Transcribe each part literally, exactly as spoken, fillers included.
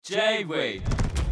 J-Wave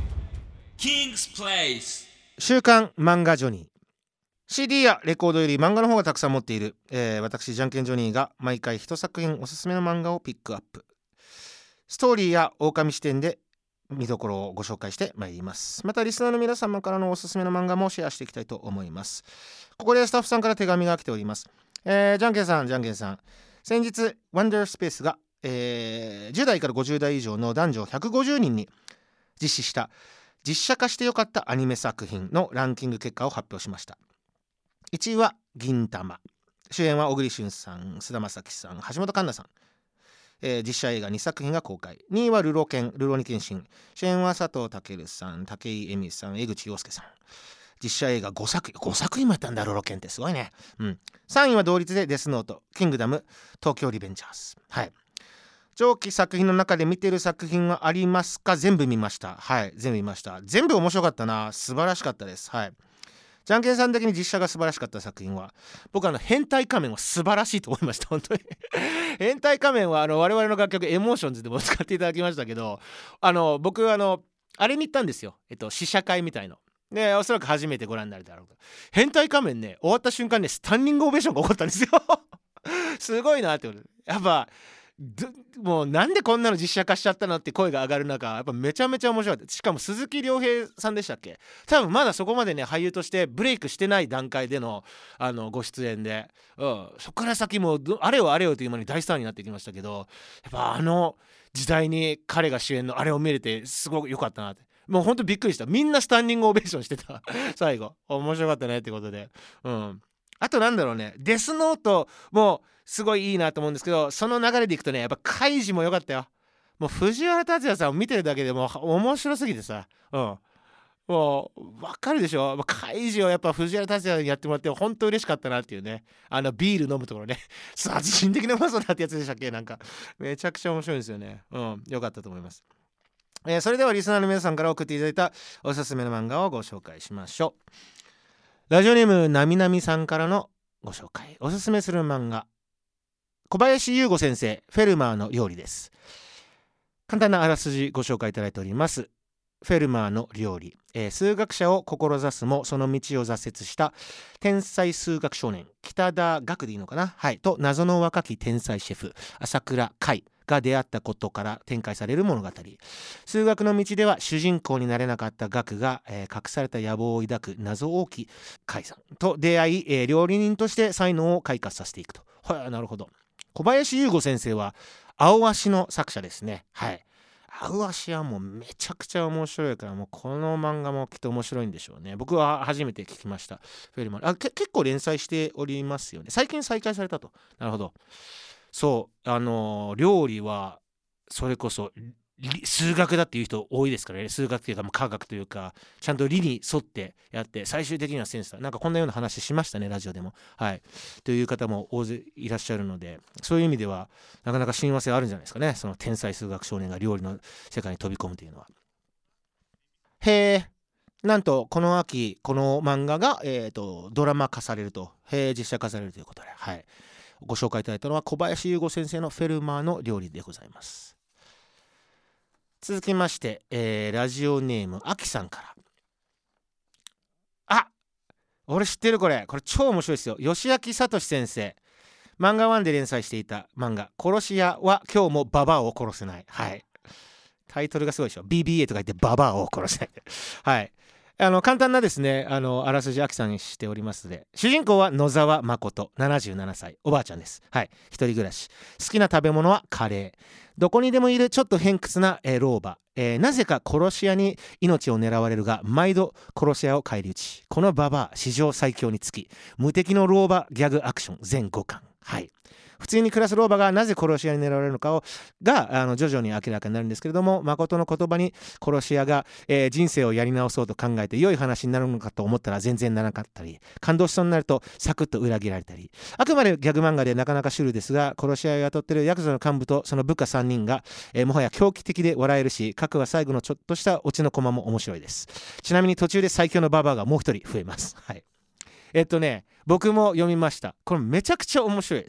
King's Place 週刊漫画ジョニー シーディー やレコードより漫画の方がたくさん持っている、えー、私じゃんけんジョニーが毎回一作品おすすめの漫画をピックアップ、ストーリーや狼視点で見どころをご紹介してまいります。またリスナーの皆様からのおすすめの漫画もシェアしていきたいと思います。ここでスタッフさんから手紙が来ております。えー、じゃんけんさんじゃんけんさん先日ワンダースペースが、えー、じゅう代からごじゅう代以上の男女ひゃくごじゅうにんに実施した実写化してよかったアニメ作品のランキング結果を発表しました。いちいは銀魂、主演は小栗旬さん、菅田将暉さん、橋本環奈さん、えー、実写映画にさく品が公開。にいはルロケン、ルロニケンシン、主演は佐藤健さん、武井絵美さん、江口洋介さん、実写映画ごさくごさく品もやったんだ。ルロケンってすごいね、うん、さんいは同率でデスノート、キングダム、東京リベンジャーズ。はい、上記作品の中で見てる作品はありますか？全部見ました。はい、全部見ました。全部面白かったな。素晴らしかったです。はい、じゃんけんさん的に実写が素晴らしかった作品は、僕はあの変態仮面は素晴らしいと思いました。本当に変態仮面はあの我々の楽曲エモーションズでも使っていただきましたけど、あの僕あのあれに行ったんですよ、えっと試写会みたいので、おそらく初めてご覧になるだろうと。変態仮面ね、終わった瞬間ねスタンディングオベーションが起こったんですよすごいなってこと。やっぱもうなんでこんなの実写化しちゃったのって声が上がる中、やっぱめちゃめちゃ面白かった。しかも鈴木亮平さんでしたっけ、多分まだそこまでね俳優としてブレイクしてない段階でのあのご出演で、うん、そこから先もあれよあれよという間に大スターになってきましたけど、やっぱあの時代に彼が主演のあれを見れてすごく良かったなって。もうほんとびっくりした。みんなスタンディングオベーションしてた最後面白かったねってことで、うん、あとなんだろうね、デスノートもすごいいいなと思うんですけど、その流れでいくとね、やっぱカイジも良かったよ。もう藤原竜也さんを見てるだけでもう面白すぎてさ、うんもう分かるでしょ。カイジをやっぱ藤原竜也にやってもらって本当嬉しかったなっていうね。あのビール飲むところね殺人的なうまそうだってやつでしたっけ。なんかめちゃくちゃ面白いんですよね。うん良かったと思います。えー、それではリスナーの皆さんから送っていただいたおすすめの漫画をご紹介しましょう。ラジオネームなみなみさんからのご紹介。おすすめする漫画、小林優吾先生、フェルマーの料理です。簡単なあらすじご紹介いただいております。フェルマーの料理、えー、数学者を志すもその道を挫折した天才数学少年北田岳でいいのかな、はい、と謎の若き天才シェフ朝倉海が出会ったことから展開される物語。数学の道では主人公になれなかった岳が、えー、隠された野望を抱く謎多き海さんと出会い、えー、料理人として才能を開花させていくと。はい、なるほど。小林優吾先生は青足の作者ですね。はい、青足はもうめちゃくちゃ面白いから、もうこの漫画もきっと面白いんでしょうね。僕は初めて聞きました。フェルマーあけ結構連載しておりますよね。最近再開されたと。なるほど。そうあのー、料理はそれこそ数学だっていう人多いですからね。数学というか科学というかちゃんと理に沿ってやって最終的にはセンスだ、なんかこんなような話しましたねラジオでも。はいという方も大勢いらっしゃるので、そういう意味ではなかなか親和性あるんじゃないですかね。その天才数学少年が料理の世界に飛び込むというのは。へえ、なんとこの秋この漫画が、えー、とドラマ化されると、へえ実写化されるということで、はいご紹介いただいたのは小林優吾先生のフェルマーの料理でございます。続きまして、えー、ラジオネームあきさんから。あ、俺知ってるこれ。これ超面白いですよ。吉明聡先生。漫画ワンで連載していた漫画殺し屋は今日もババアを殺せない。はい。タイトルがすごいでしょ。ビービーエー とか言ってババアを殺せない。はい。あの簡単なですね、あのあらすじあきさんにしておりますので、主人公は野沢誠ななじゅうななさい、おばあちゃんです。はい、一人暮らし、好きな食べ物はカレー、どこにでもいるちょっと偏屈な、えー、老婆、えー、なぜか殺し屋に命を狙われるが毎度殺し屋を返り討ち、このババア史上最強につき無敵の老婆ギャグアクション全ごかん。はい、普通に暮らす老婆がなぜ殺し屋に狙われるのかをがあの徐々に明らかになるんですけれども、誠の言葉に殺し屋が、えー、人生をやり直そうと考えて良い話になるのかと思ったら全然ならなかったり、感動しそうになるとサクッと裏切られたり、あくまでギャグ漫画でなかなかシュールですが、殺し屋を雇っているヤクザの幹部とその部下さんにんが、えー、もはや狂気的で笑えるし、各は最後のちょっとしたオチのコマも面白いです。ちなみに途中で最強のババアがもう一人増えます。はい、えっとね僕も読みました。これめちゃくちゃ面白いです。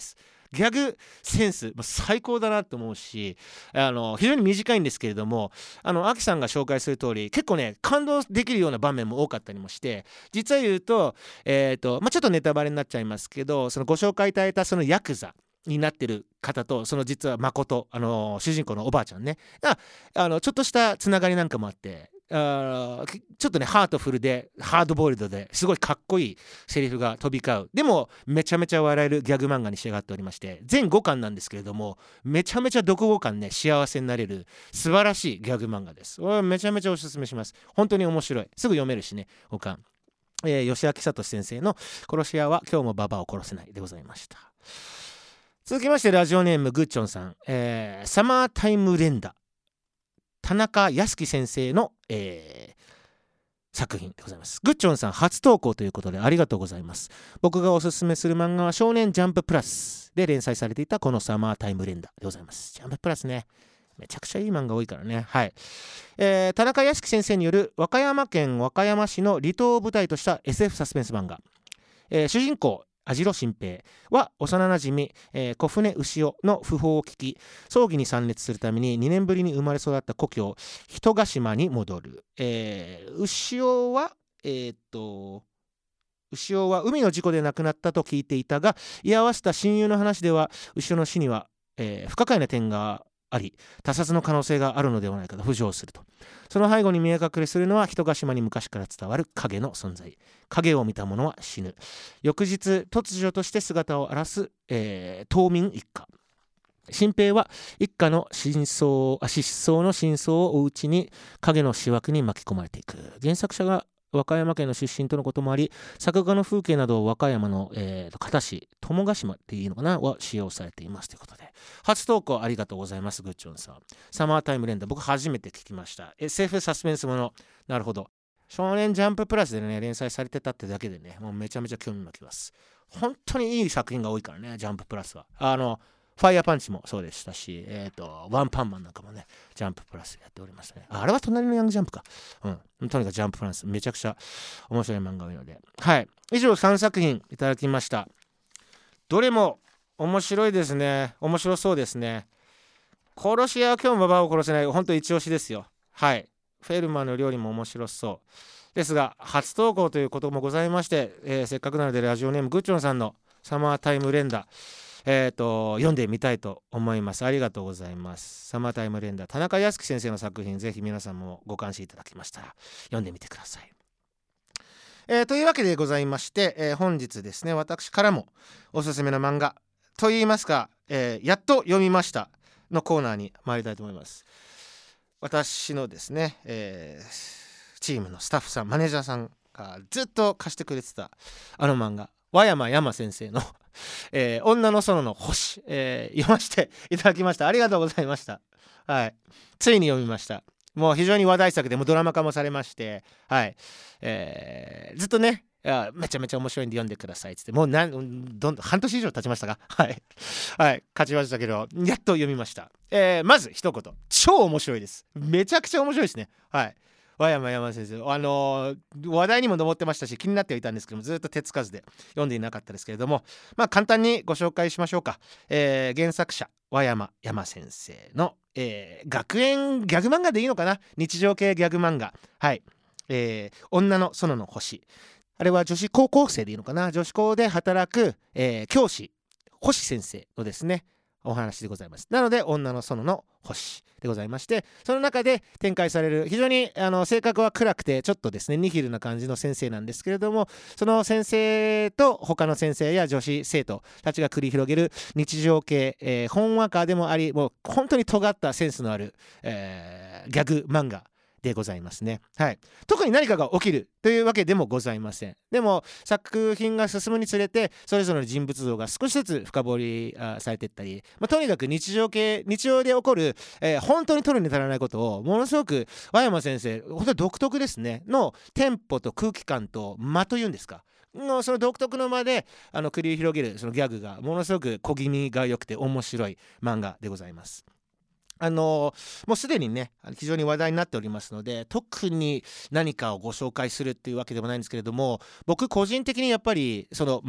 ギャグセンスもう最高だなと思うし、あの非常に短いんですけれども、あのアキさんが紹介する通り結構ね感動できるような場面も多かったりもして、実は言うと、えーとまあ、ちょっとネタバレになっちゃいますけど、そのご紹介いただいたそのヤクザになってる方と、その実は誠、あの主人公のおばあちゃんねがあのちょっとしたつながりなんかもあって、あちょっとねハートフルでハードボイルドですごいかっこいいセリフが飛び交う、でもめちゃめちゃ笑えるギャグ漫画に仕上がっておりまして、全ごかんなんですけれども、めちゃめちゃ読後感ね幸せになれる素晴らしいギャグ漫画です。めちゃめちゃおすすめします。本当に面白い、すぐ読めるしね。ごかん、えー、吉明聡先生の殺し屋は今日もババアを殺せないでございました。続きましてラジオネームグッチョンさん、えー、サマータイム連打田中康樹先生の、えー、作品でございます。グッチョンさん初投稿ということでありがとうございます。僕がおすすめする漫画は少年ジャンププラスで連載されていたこのサマータイム連打でございます。ジャンププラスね、めちゃくちゃいい漫画多いからね。はい、えー、田中康樹先生による和歌山県和歌山市の離島を舞台とした エスエフ サスペンス漫画、えー、主人公網代新平は幼なじみ、えー、小舟牛尾の訃報を聞き、葬儀に参列するためににねんぶりに生まれ育った故郷人ヶ島に戻る。えー、牛尾はえー、っと牛尾は海の事故で亡くなったと聞いていたが、居合わせた親友の話では牛尾の死には、えー、不可解な点があり他殺の可能性があるのではないかと浮上すると。その背後に見え隠れするのは人ヶ島に昔から伝わる影の存在。影を見た者は死ぬ。翌日突如として姿を現す、えー、島民一家。新平は一家の真相あ失踪の真相を追ううちに影の思惑に巻き込まれていく。原作者が和歌山県の出身とのこともあり、作画の風景などを和歌山の、えー、片市友ヶ島っていうのかなは使用されていますということで、初投稿ありがとうございます。グッチョンさん。サマータイム連打僕初めて聞きました。 エスエフ サスペンスもの、なるほど。少年ジャンププラスでね連載されてたってだけでね、もうめちゃめちゃ興味湧きます。本当にいい作品が多いからね、ジャンププラスは。あのファイヤーパンチもそうでしたし、えっ、ー、とワンパンマンなんかもねジャンププラスやっておりましたね。あれは隣のヤングジャンプか。うん、とにかくジャンププラスめちゃくちゃ面白い漫画多いので、はい、以上さんさく品いただきました。どれも面白いですね。面白そうですね。殺し屋は今日もババアを殺せない、本当一押しですよ。はい、フェルマーの料理も面白そうですが、初投稿ということもございまして、えー、せっかくなのでラジオネームグッチョンさんのサマータイム連打、えー、と読んでみたいと思います。ありがとうございます。サマータイム連打田中康樹先生の作品、ぜひ皆さんもご関心いただきましたら読んでみてください。えー、というわけでございまして、えー、本日ですね私からもおすすめの漫画といいますか、えー、やっと読みましたのコーナーに参りたいと思います。私のですね、えー、チームのスタッフさんマネージャーさんがずっと貸してくれてたあの漫画、和山山先生のえー、女の園の星、えー、読ませていただきました。ありがとうございました。はい、ついに読みました。もう非常に話題作でもドラマ化もされまして、はい、えー、ずっとねめちゃめちゃ面白いんで読んでくださいっつって、もうなんどんどん半年以上経ちましたが、はい、はい、勝ちましたけどやっと読みました。えー、まず一言、超面白いです。めちゃくちゃ面白いですね。はい、和山山先生、あのー、話題にも上ってましたし気になってはいたんですけども、ずっと手つかずで読んでいなかったですけれども、まあ簡単にご紹介しましょうか。えー、原作者和山山先生の、えー、学園ギャグ漫画でいいのかな、日常系ギャグ漫画、はい、えー、女の園の星、あれは女子高校生でいいのかな、女子校で働く、えー、教師星先生のですねお話でございます。なので女の園の星でございまして、その中で展開される非常にあの性格は暗くてちょっとですねニヒルな感じの先生なんですけれども、その先生と他の先生や女子生徒たちが繰り広げる日常系、えー、本話家でもあり、もう本当に尖ったセンスのある、えー、ギャグ漫画でございますね。はい、特に何かが起きるというわけでもございません。でも作品が進むにつれてそれぞれの人物像が少しずつ深掘りされていったり、まあ、とにかく日常系日常で起こる、えー、本当に取るに足らないことをものすごく和山先生本当に独特ですねのテンポと空気感と間というんですかのその独特の間であの繰り広げるそのギャグがものすごく小気味が良くて面白い漫画でございます。あのー、もうすでにね非常に話題になっておりますので、特に何かをご紹介するっていうわけでもないんですけれども、僕個人的にやっぱりその間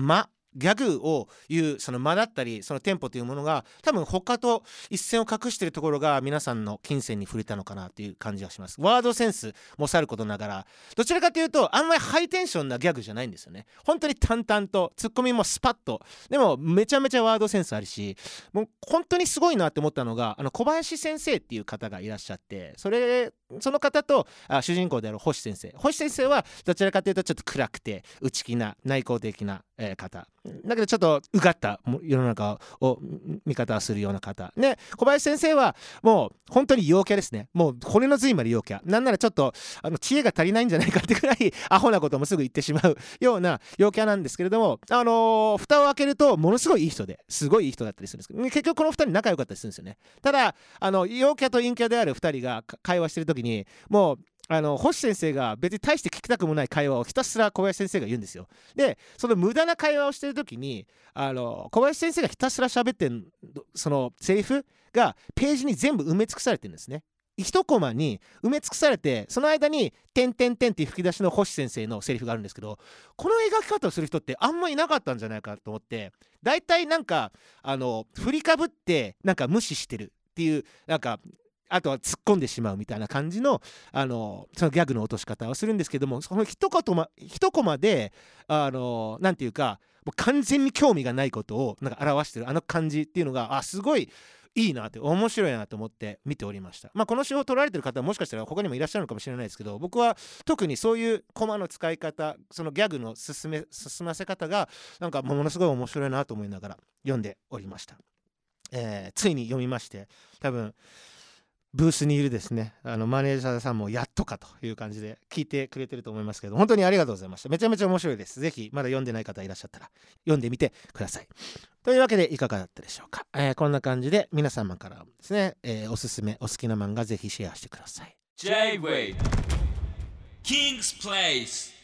ギャグを言うその間だったりそのテンポというものが多分他と一線を画しているところが皆さんの金銭に触れたのかなという感じがします。ワードセンスもさることながらどちらかというとあんまりハイテンションなギャグじゃないんですよね。本当に淡々とツッコミもスパッとでもめちゃめちゃワードセンスあるしもう本当にすごいなって思ったのがあの小林先生っていう方がいらっしゃってそれその方とあ主人公である星先生星先生はどちらかというとちょっと暗くて内気な内向的な、えー、方だけどちょっとうがった世の中を見方するような方ね。小林先生はもう本当に陽キャですね。もう骨の髄まで陽キャなんならちょっとあの知恵が足りないんじゃないかってくらいアホなこともすぐ言ってしまうような陽キャなんですけれどもあのー、蓋を開けるとものすごいいい人ですごいいい人だったりするんですけど結局このふたり仲良かったりするんですよね。ただあの陽キャと陰キャであるふたりが会話してる時にもうあの星先生が別に大して聞きたくもない会話をひたすら小林先生が言うんですよ。でその無駄な会話をしてる時にあの小林先生がひたすら喋ってんそのセリフがページに全部埋め尽くされてるんですね。一コマに埋め尽くされてその間に「てんてんてん」っていう吹き出しの星先生のセリフがあるんですけどこの描き方をする人ってあんまいなかったんじゃないかと思ってだいたいなんかあの振りかぶってなんか無視してるっていうなんかあとは突っ込んでしまうみたいな感じのあのそのギャグの落とし方をするんですけどもその一言、ま、一コマであのなんていうかもう完全に興味がないことをなんか表してるあの感じっていうのがあすごいいいなって面白いなと思って見ておりました。まあこの手法を取られてる方はもしかしたら他にもいらっしゃるのかもしれないですけど僕は特にそういうコマの使い方そのギャグの進め進ませ方がなんかものすごい面白いなと思いながら読んでおりました。えー、ついに読みまして多分ブースにいるですねあのマネージャーさんもやっとかという感じで聞いてくれてると思いますけど本当にありがとうございました。めちゃめちゃ面白いです。ぜひまだ読んでない方いらっしゃったら読んでみてください。というわけでいかがだったでしょうか。えー、こんな感じで皆様からですね、えー、おすすめお好きな漫画ぜひシェアしてください。 J-Way King's Place